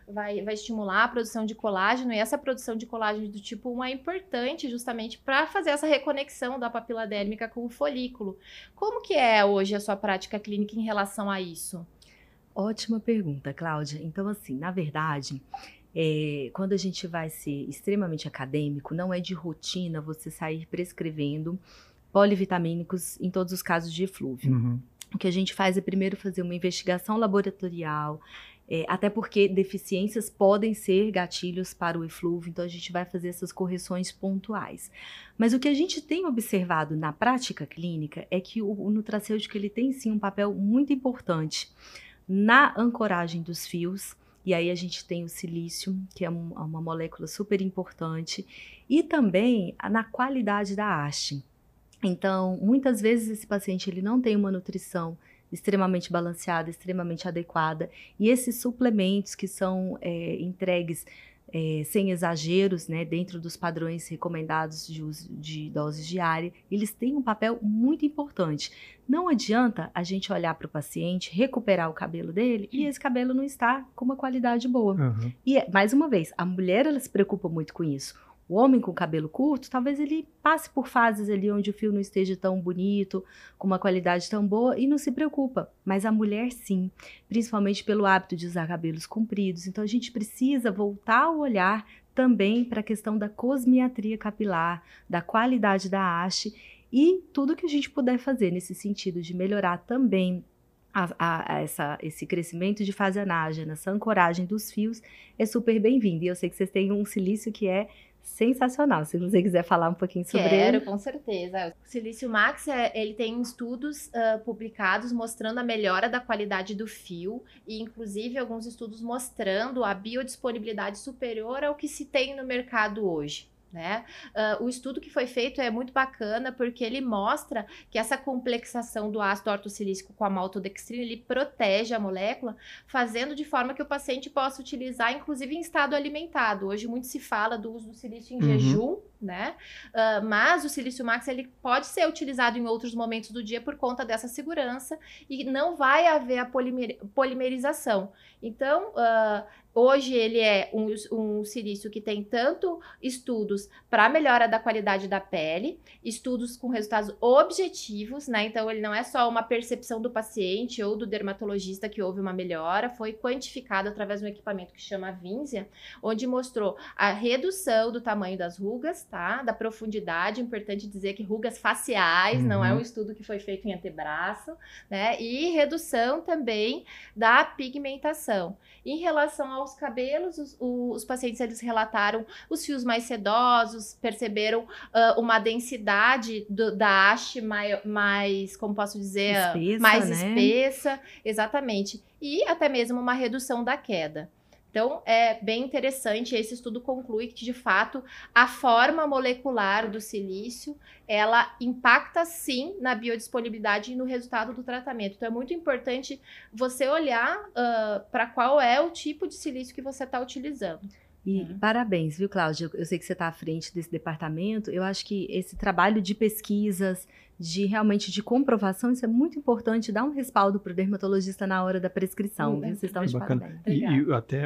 vai estimular a produção de colágeno, e essa produção de colágeno do tipo 1 é importante justamente para fazer essa reconexão da papila dérmica com o folículo. Como que é hoje a sua prática clínica em relação a isso? Ótima pergunta, Cláudia. Então, assim, na verdade, quando a gente vai ser extremamente acadêmico, não é de rotina você sair prescrevendo polivitamínicos em todos os casos de eflúvio. Uhum. O que a gente faz é primeiro fazer uma investigação laboratorial, até porque deficiências podem ser gatilhos para o eflúvio, então a gente vai fazer essas correções pontuais. Mas o que a gente tem observado na prática clínica é que o nutracêutico ele tem sim um papel muito importante na ancoragem dos fios, e aí a gente tem o silício, que é uma molécula super importante, e também na qualidade da haste. Então, muitas vezes esse paciente ele não tem uma nutrição extremamente balanceada, extremamente adequada, e esses suplementos que são entregues sem exageros, né, dentro dos padrões recomendados de uso de doses diárias, eles têm um papel muito importante. Não adianta a gente olhar para o paciente, recuperar o cabelo dele e esse cabelo não está com uma qualidade boa. Uhum. E, mais uma vez, a mulher ela se preocupa muito com isso. O homem com cabelo curto, talvez ele passe por fases ali onde o fio não esteja tão bonito, com uma qualidade tão boa e não se preocupa. Mas a mulher sim, principalmente pelo hábito de usar cabelos compridos. Então a gente precisa voltar o olhar também para a questão da cosmiatria capilar, da qualidade da haste e tudo que a gente puder fazer nesse sentido de melhorar também esse crescimento de fase anágena, essa ancoragem dos fios é super bem-vindo. E eu sei que vocês têm um silício que é sensacional. Se você quiser falar um pouquinho sobre ele. Quero, com certeza. O Silício Max, ele tem estudos publicados mostrando a melhora da qualidade do fio e, inclusive, alguns estudos mostrando a biodisponibilidade superior ao que se tem no mercado hoje. Né? O estudo que foi feito é muito bacana porque ele mostra que essa complexação do ácido ortossilícico com a maltodextrina ele protege a molécula, fazendo de forma que o paciente possa utilizar, inclusive em estado alimentado. Hoje muito se fala do uso do silício em jejum, né? Mas o Silício Max ele pode ser utilizado em outros momentos do dia por conta dessa segurança e não vai haver a polimerização. Então, hoje ele é um silício que tem tanto estudos para melhora da qualidade da pele, estudos com resultados objetivos, né? Então ele não é só uma percepção do paciente ou do dermatologista que houve uma melhora, foi quantificado através de um equipamento que chama Vinzia, onde mostrou a redução do tamanho das rugas, tá? Da profundidade, importante dizer que rugas faciais, não é um estudo que foi feito em antebraço, né? E redução também da pigmentação. Em relação aos cabelos, os pacientes eles relataram os fios mais sedosos, perceberam uma densidade da haste mais, como posso dizer, espessa, mais né? espessa, exatamente, e até mesmo uma redução da queda. Então, é bem interessante, esse estudo conclui que, de fato, a forma molecular do silício, ela impacta, sim, na biodisponibilidade e no resultado do tratamento. Então, é muito importante você olhar para qual é o tipo de silício que você está utilizando. E parabéns, viu, Cláudia? Eu sei que você está à frente desse departamento. Eu acho que esse trabalho de pesquisas, de comprovação, isso é muito importante, dar um respaldo para o dermatologista na hora da prescrição. Viu? Vocês estão de parabéns. E até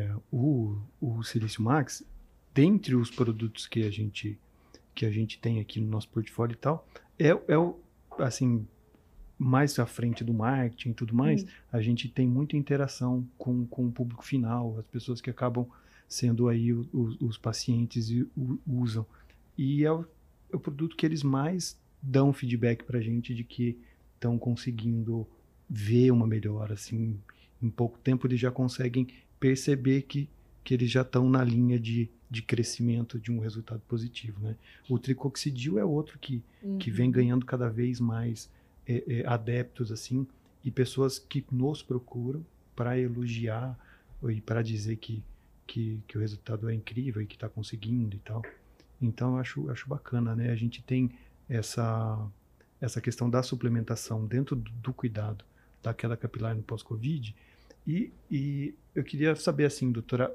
o Silício Max, dentre os produtos que a gente tem aqui no nosso portfólio e tal, assim, mais à frente do marketing e tudo mais, a gente tem muita interação com o público final, as pessoas que acabam sendo aí os pacientes e usam. E é o produto que eles mais dão feedback pra gente de que estão conseguindo ver uma melhora, assim, em pouco tempo eles já conseguem perceber que eles já estão na linha de crescimento de um resultado positivo, né? O tricoxidil é outro que vem ganhando cada vez mais adeptos, assim, e pessoas que nos procuram para elogiar e para dizer que o resultado é incrível e que está conseguindo e tal. Então, eu acho bacana, né? A gente tem essa questão da suplementação dentro do cuidado da queda capilar no pós-Covid. E eu queria saber, assim, doutora,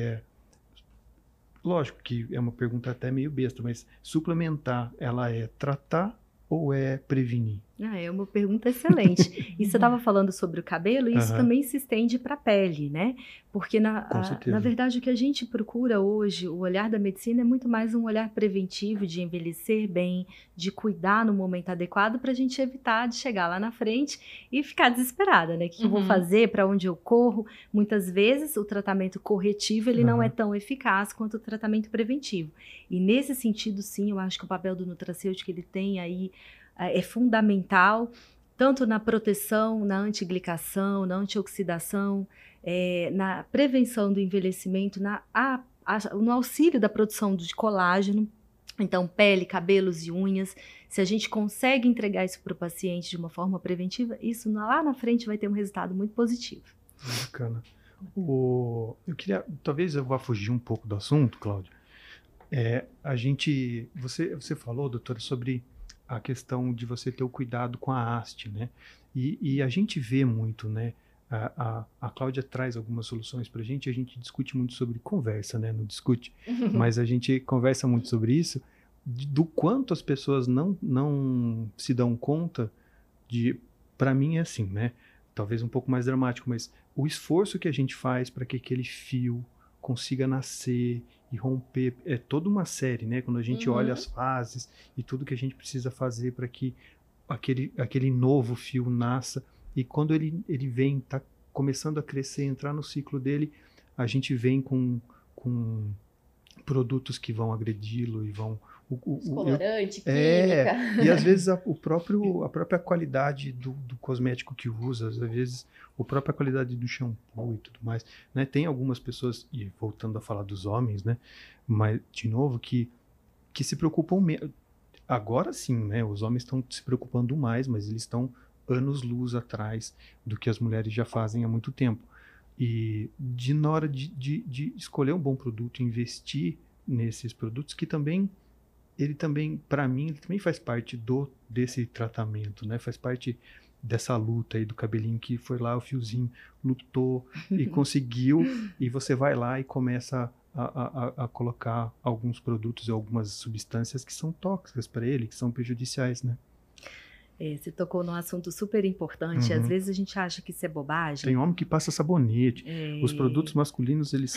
lógico que é uma pergunta até meio besta, mas suplementar, ela é tratar ou é prevenir? É uma pergunta excelente. E você estava falando sobre o cabelo, e isso também se estende para a pele, né? Porque, na verdade, o que a gente procura hoje, o olhar da medicina é muito mais um olhar preventivo de envelhecer bem, de cuidar no momento adequado para a gente evitar de chegar lá na frente e ficar desesperada, né? O que eu vou fazer, para onde eu corro? Muitas vezes o tratamento corretivo ele não é tão eficaz quanto o tratamento preventivo. E nesse sentido, sim, eu acho que o papel do nutracêutico ele tem aí é fundamental, tanto na proteção, na antiglicação, na antioxidação, na prevenção do envelhecimento, no auxílio da produção de colágeno. Então, pele, cabelos e unhas, se a gente consegue entregar isso para o paciente de uma forma preventiva, isso lá na frente vai ter um resultado muito positivo. Bacana. Eu queria, talvez eu vá fugir um pouco do assunto, Cláudia. Você falou, doutora, sobre a questão de você ter o cuidado com a haste, né? E a gente vê muito, né? A Cláudia traz algumas soluções para a gente discute muito sobre conversa, né? Não discute, mas a gente conversa muito sobre isso, do quanto as pessoas não se dão conta para mim é assim, né? Talvez um pouco mais dramático, mas o esforço que a gente faz para que aquele fio consiga nascer e romper, é toda uma série, né? Quando a gente olha as fases e tudo que a gente precisa fazer para que aquele novo fio nasça, e quando ele vem, tá começando a crescer, entrar no ciclo dele, a gente vem com produtos que vão agredi-lo e vão... Descolorante, química. E às vezes a própria qualidade do cosmético que usa, às vezes a própria qualidade do shampoo e tudo mais, né? Tem algumas pessoas, e voltando a falar dos homens, né? Mas, de novo, que se preocupam menos. Agora sim, né? Os homens estão se preocupando mais, mas eles estão anos-luz atrás do que as mulheres já fazem há muito tempo. E na hora de escolher um bom produto, investir nesses produtos, que também... para mim, ele também faz parte desse tratamento, né? Faz parte dessa luta aí do cabelinho, que foi lá, o fiozinho lutou e conseguiu, e você vai lá e começa a colocar alguns produtos e algumas substâncias que são tóxicas para ele, que são prejudiciais, né? Você tocou num assunto super importante. Às vezes a gente acha que isso é bobagem. Tem homem que passa sabonete. Os produtos masculinos, eles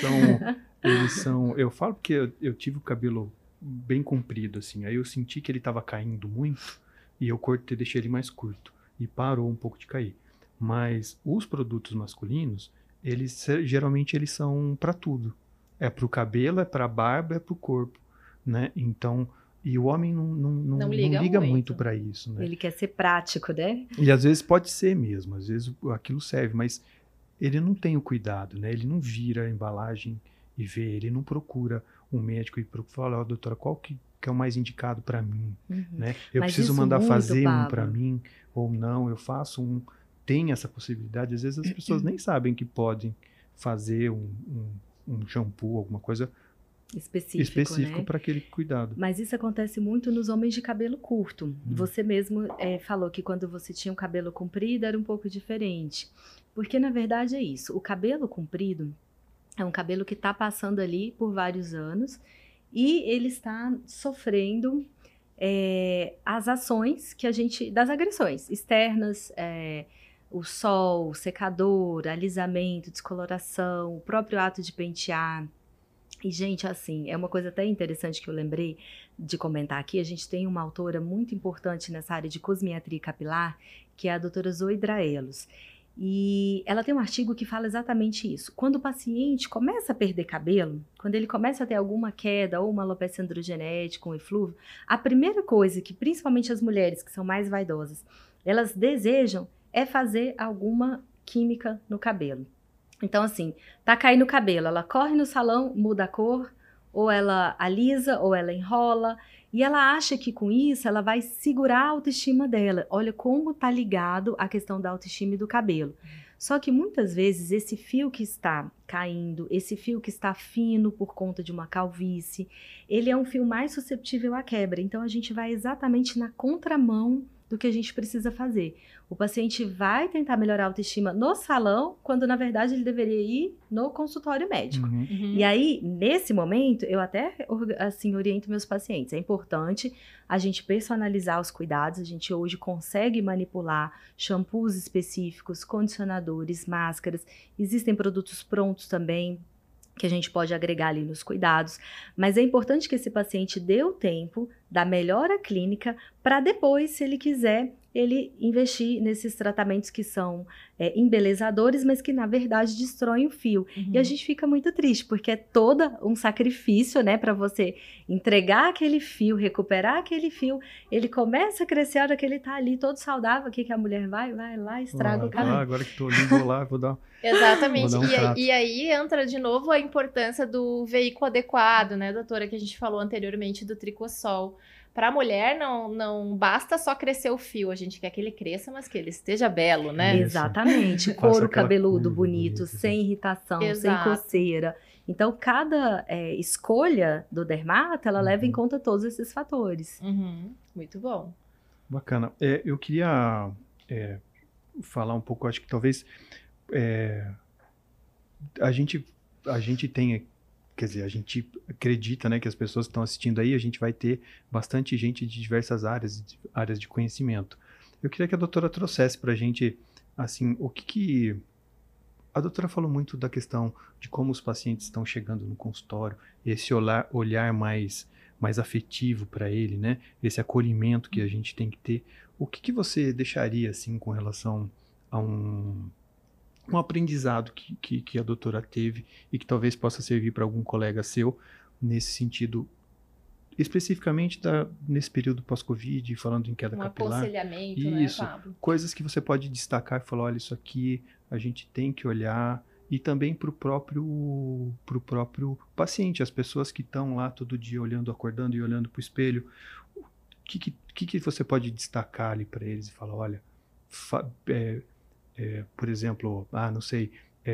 são... Eu falo porque eu tive o cabelo bem comprido, assim. Aí eu senti que ele estava caindo muito e eu cortei, deixei ele mais curto. E parou um pouco de cair. Mas os produtos masculinos, geralmente eles são para tudo. É para o cabelo, é para a barba, é para o corpo, né? Então... E o homem não liga muito para isso, né? Ele quer ser prático, né? E às vezes pode ser mesmo, às vezes aquilo serve, mas ele não tem o cuidado, né? Ele não vira a embalagem e vê, ele não procura um médico e fala, doutora, qual que é o mais indicado para mim, né? Eu preciso mandar fazer um para mim ou não, eu faço um. Tem essa possibilidade, às vezes as pessoas nem sabem que podem fazer um shampoo, alguma coisa específico, né? Para aquele cuidado. Mas isso acontece muito nos homens de cabelo curto. Você mesmo falou que quando você tinha um cabelo comprido era um pouco diferente. Porque, na verdade, é isso. O cabelo comprido é um cabelo que está passando ali por vários anos e ele está sofrendo as ações das agressões externas, o sol, o secador, alisamento, descoloração, o próprio ato de pentear. E, gente, assim, é uma coisa até interessante que eu lembrei de comentar aqui. A gente tem uma autora muito importante nessa área de cosmiatria capilar, que é a doutora Zoe Draelos. E ela tem um artigo que fala exatamente isso. Quando o paciente começa a perder cabelo, quando ele começa a ter alguma queda ou uma alopecia androgenética, um eflúvio, a primeira coisa que, principalmente as mulheres que são mais vaidosas, elas desejam é fazer alguma química no cabelo. Então, assim, tá caindo o cabelo, ela corre no salão, muda a cor, ou ela alisa, ou ela enrola, e ela acha que com isso ela vai segurar a autoestima dela. Olha como tá ligado a questão da autoestima e do cabelo. Só que muitas vezes esse fio que está caindo, esse fio que está fino por conta de uma calvície, ele é um fio mais susceptível à quebra. Então, a gente vai exatamente na contramão do que a gente precisa fazer. O paciente vai tentar melhorar a autoestima no salão, quando na verdade ele deveria ir no consultório médico. E aí, nesse momento, eu até assim oriento meus pacientes. É importante a gente personalizar os cuidados. A gente hoje consegue manipular shampoos específicos, condicionadores, máscaras. Existem produtos prontos também que a gente pode agregar ali nos cuidados, mas é importante que esse paciente dê o tempo da melhora clínica para depois, se ele quiser, ele investir nesses tratamentos que são embelezadores, mas que na verdade destroem o fio. E a gente fica muito triste, porque é todo um sacrifício, né, para você entregar aquele fio, recuperar aquele fio, ele começa a crescer, a hora que ele tá ali todo saudável, o que a mulher vai lá, estraga o cabelo. Agora que tô lindo, vou lá, vou dar... Exatamente, Vou dar um e aí entra de novo a importância do veículo adequado, né, doutora, que a gente falou anteriormente do Tricossol. Para a mulher, não basta só crescer o fio, a gente quer que ele cresça, mas que ele esteja belo, né? Exatamente, couro cabeludo bonito, sem irritação, Exato. sem coceira. Então, cada escolha do dermato, ela leva em conta todos esses fatores. Muito bom. Bacana. Eu queria falar um pouco, acho que talvez a gente tenha... Quer dizer, a gente acredita, né, que as pessoas que estão assistindo aí, a gente vai ter bastante gente de diversas áreas de conhecimento. Eu queria que a doutora trouxesse para a gente, assim, o que... A doutora falou muito da questão de como os pacientes estão chegando no consultório, esse olhar mais afetivo para ele, né, esse acolhimento que a gente tem que ter. O que você deixaria, assim, com relação a um aprendizado que a doutora teve e que talvez possa servir para algum colega seu nesse sentido, especificamente nesse período pós-Covid, falando em queda capilar. Aconselhamento, isso, né, Pablo? Coisas que você pode destacar e falar, olha, isso aqui a gente tem que olhar, e também para o próprio paciente, as pessoas que estão lá todo dia olhando, acordando e olhando para o espelho. O que você pode destacar ali para eles e falar, olha, por exemplo, não sei,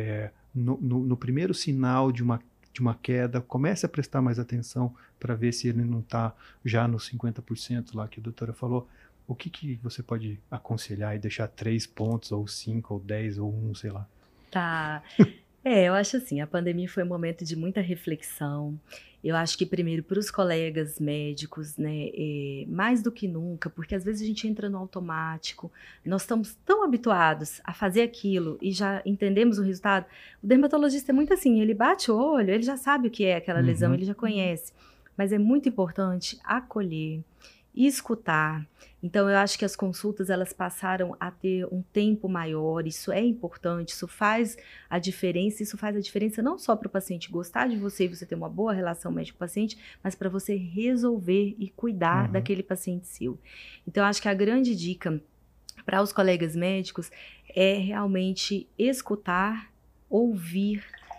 no primeiro sinal de uma queda, comece a prestar mais atenção para ver se ele não está já nos 50% lá que a doutora falou. O que você pode aconselhar e deixar 3 pontos, ou 5, ou 10, ou 1, sei lá? Tá. Eu acho assim, a pandemia foi um momento de muita reflexão. Eu acho que primeiro para os colegas médicos, né, mais do que nunca, porque às vezes a gente entra no automático, nós estamos tão habituados a fazer aquilo e já entendemos o resultado. O dermatologista é muito assim, ele bate o olho, ele já sabe o que é aquela lesão, ele já conhece. Mas é muito importante acolher, escutar. Então, eu acho que as consultas, elas passaram a ter um tempo maior, isso é importante, isso faz a diferença não só para o paciente gostar de você e você ter uma boa relação médico-paciente, mas para você resolver e cuidar daquele paciente seu. Então, eu acho que a grande dica para os colegas médicos é realmente escutar, ouvir,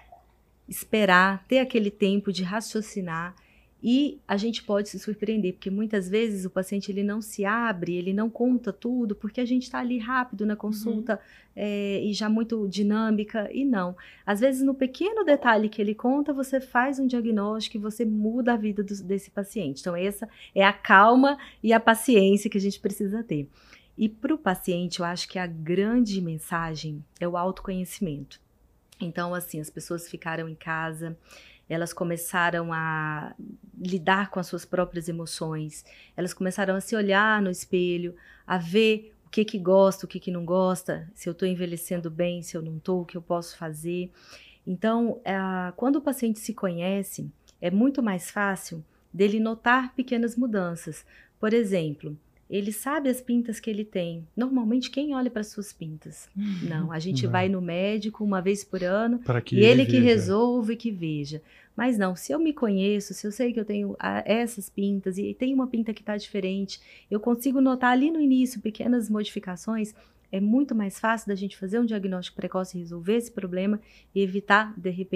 esperar, ter aquele tempo de raciocinar. E a gente pode se surpreender, porque muitas vezes o paciente ele não se abre, ele não conta tudo, porque a gente está ali rápido na consulta e já muito dinâmica, e não. Às vezes, no pequeno detalhe que ele conta, você faz um diagnóstico e você muda a vida desse paciente. Então, essa é a calma e a paciência que a gente precisa ter. E para o paciente, eu acho que a grande mensagem é o autoconhecimento. Então, assim, as pessoas ficaram em casa, elas começaram a lidar com as suas próprias emoções, elas começaram a se olhar no espelho, a ver o que gosta, o que não gosta, se eu estou envelhecendo bem, se eu não estou, o que eu posso fazer. Então, quando o paciente se conhece, é muito mais fácil dele notar pequenas mudanças. Por exemplo, ele sabe as pintas que ele tem. Normalmente, quem olha para as suas pintas? Não, a gente vai no médico uma vez por ano e ele que resolve e que veja. Mas não, se eu me conheço, se eu sei que eu tenho essas pintas e tem uma pinta que está diferente, eu consigo notar ali no início pequenas modificações, é muito mais fácil da gente fazer um diagnóstico precoce e resolver esse problema e evitar, de repente,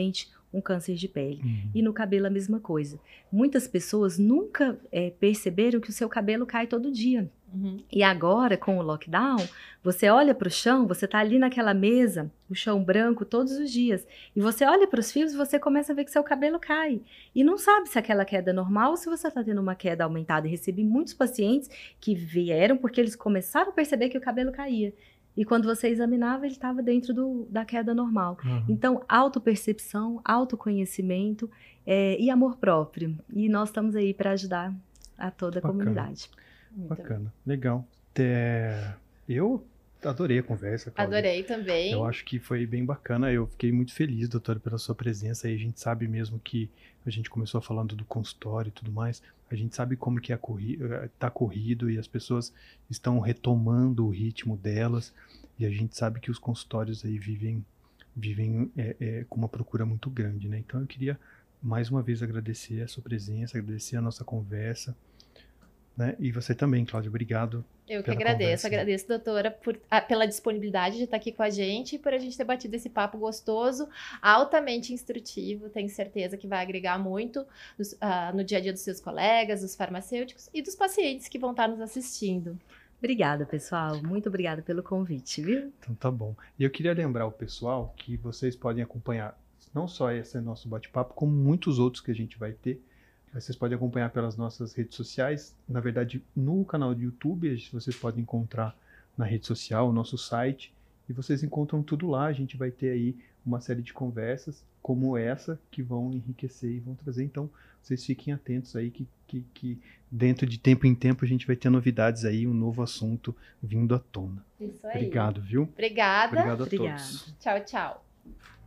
um câncer de pele. E no cabelo a mesma coisa. Muitas pessoas nunca perceberam que o seu cabelo cai todo dia. E agora, com o lockdown, você olha para o chão, você está ali naquela mesa, o chão branco todos os dias, e você olha para os fios e você começa a ver que seu cabelo cai. E não sabe se aquela queda é normal ou se você está tendo uma queda aumentada. E recebi muitos pacientes que vieram porque eles começaram a perceber que o cabelo caía. E quando você examinava, ele estava dentro da queda normal. Então, autopercepção, autoconhecimento e amor próprio. E nós estamos aí para ajudar a toda a comunidade. Bacana, legal. Eu adorei a conversa, Cláudia. Adorei também. Eu acho que foi bem bacana. Eu fiquei muito feliz, doutora, pela sua presença. E a gente sabe mesmo que a gente começou falando do consultório e tudo mais. A gente sabe como que tá corrido e as pessoas estão retomando o ritmo delas. E a gente sabe que os consultórios aí vivem com uma procura muito grande, né? Então eu queria mais uma vez agradecer a sua presença, agradecer a nossa conversa. Né? E você também, Cláudia, obrigado. Eu que agradeço, doutora, pela disponibilidade de estar aqui com a gente e por a gente ter batido esse papo gostoso, altamente instrutivo. Tenho certeza que vai agregar muito no dia a dia dos seus colegas, dos farmacêuticos e dos pacientes que vão estar nos assistindo. Obrigada, pessoal. Muito obrigada pelo convite, viu? Então tá bom. E eu queria lembrar o pessoal que vocês podem acompanhar não só esse nosso bate-papo, como muitos outros que a gente vai ter. Vocês podem acompanhar pelas nossas redes sociais. Na verdade, no canal do YouTube, vocês podem encontrar na rede social, o nosso site, e vocês encontram tudo lá. A gente vai ter aí uma série de conversas como essa que vão enriquecer e vão trazer. Então, vocês fiquem atentos aí que dentro de tempo em tempo a gente vai ter novidades aí, um novo assunto vindo à tona. Isso aí. Obrigado, viu? Obrigada. Obrigado a todos. Tchau, tchau.